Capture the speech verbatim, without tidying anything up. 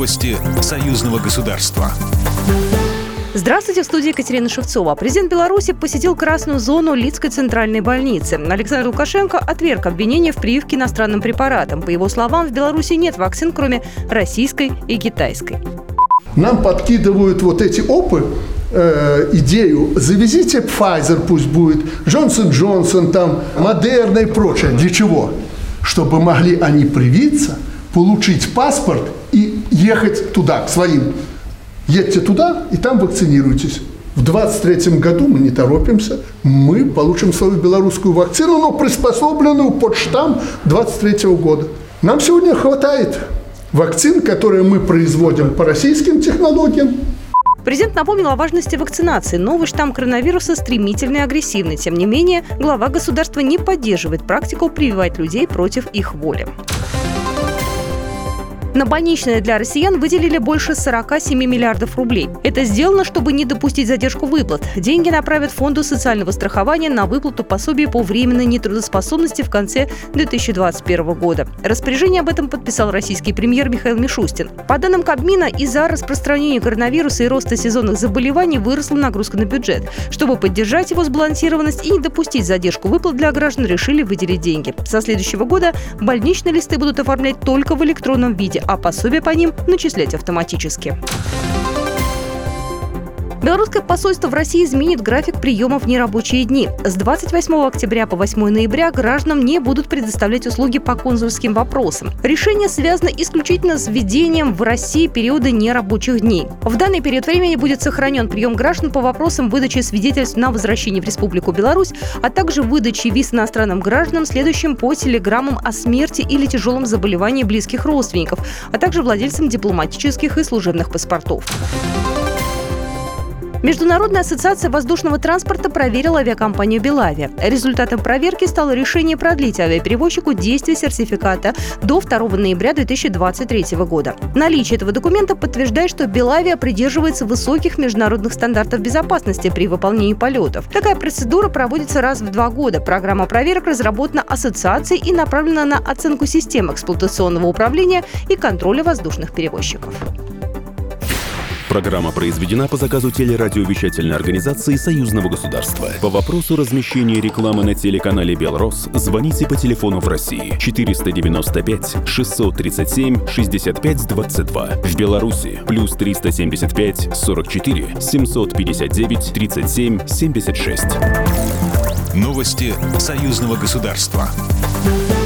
Новости союзного государства. Здравствуйте, в студии Екатерина Шевцова. Президент Беларуси посетил красную зону Лидской центральной больницы. Александр Лукашенко отверг обвинения в прививке иностранным препаратом. По его словам, в Беларуси нет вакцин, кроме российской и китайской. Нам подкидывают вот эти опы, э, идею, завезите Pfizer, пусть будет, Джонсон энд Джонсон, там, Модерна и прочее. Для чего? Чтобы могли они привиться, получить паспорт и ехать туда, к своим. Едьте туда и там вакцинируйтесь. В двадцать третьем году мы не торопимся. Мы получим свою белорусскую вакцину, но приспособленную под штамм двадцать третьего года. Нам сегодня хватает вакцин, которые мы производим по российским технологиям. Президент напомнил о важности вакцинации. Новый штамм коронавируса стремительный и агрессивный. Тем не менее, глава государства не поддерживает практику прививать людей против их воли. На больничные для россиян выделили больше сорок семь миллиардов рублей. Это сделано, чтобы не допустить задержку выплат. Деньги направят Фонду социального страхования на выплату пособий по временной нетрудоспособности в конце две тысячи двадцать первого года. Распоряжение об этом подписал российский премьер Михаил Мишустин. По данным Кабмина, из-за распространения коронавируса и роста сезонных заболеваний выросла нагрузка на бюджет. Чтобы поддержать его сбалансированность и не допустить задержку выплат для граждан, решили выделить деньги. Со следующего года больничные листы будут оформлять только в электронном виде, а пособия по ним начислять автоматически. Белорусское посольство в России изменит график приема в нерабочие дни. С двадцать восьмого октября по восьмого ноября гражданам не будут предоставлять услуги по консульским вопросам. Решение связано исключительно с введением в России периода нерабочих дней. В данный период времени будет сохранен прием граждан по вопросам выдачи свидетельств на возвращение в Республику Беларусь, а также выдачи виз иностранным гражданам, следующим по телеграммам о смерти или тяжелом заболевании близких родственников, а также владельцам дипломатических и служебных паспортов. Международная ассоциация воздушного транспорта проверила авиакомпанию «Белавия». Результатом проверки стало решение продлить авиаперевозчику действие сертификата до второго ноября две тысячи двадцать третьего года. Наличие этого документа подтверждает, что «Белавия» придерживается высоких международных стандартов безопасности при выполнении полетов. Такая процедура проводится раз в два года. Программа проверок разработана ассоциацией и направлена на оценку систем эксплуатационного управления и контроля воздушных перевозчиков. Программа произведена по заказу телерадиовещательной организации Союзного государства. По вопросу размещения рекламы на телеканале «Белрос» звоните по телефону в России четыреста девяносто пять шестьсот тридцать семь шестьдесят пять двадцать два. В Беларуси плюс триста семьдесят пять сорок четыре семьсот пятьдесят девять тридцать семь семьдесят шесть. Новости союзного государства.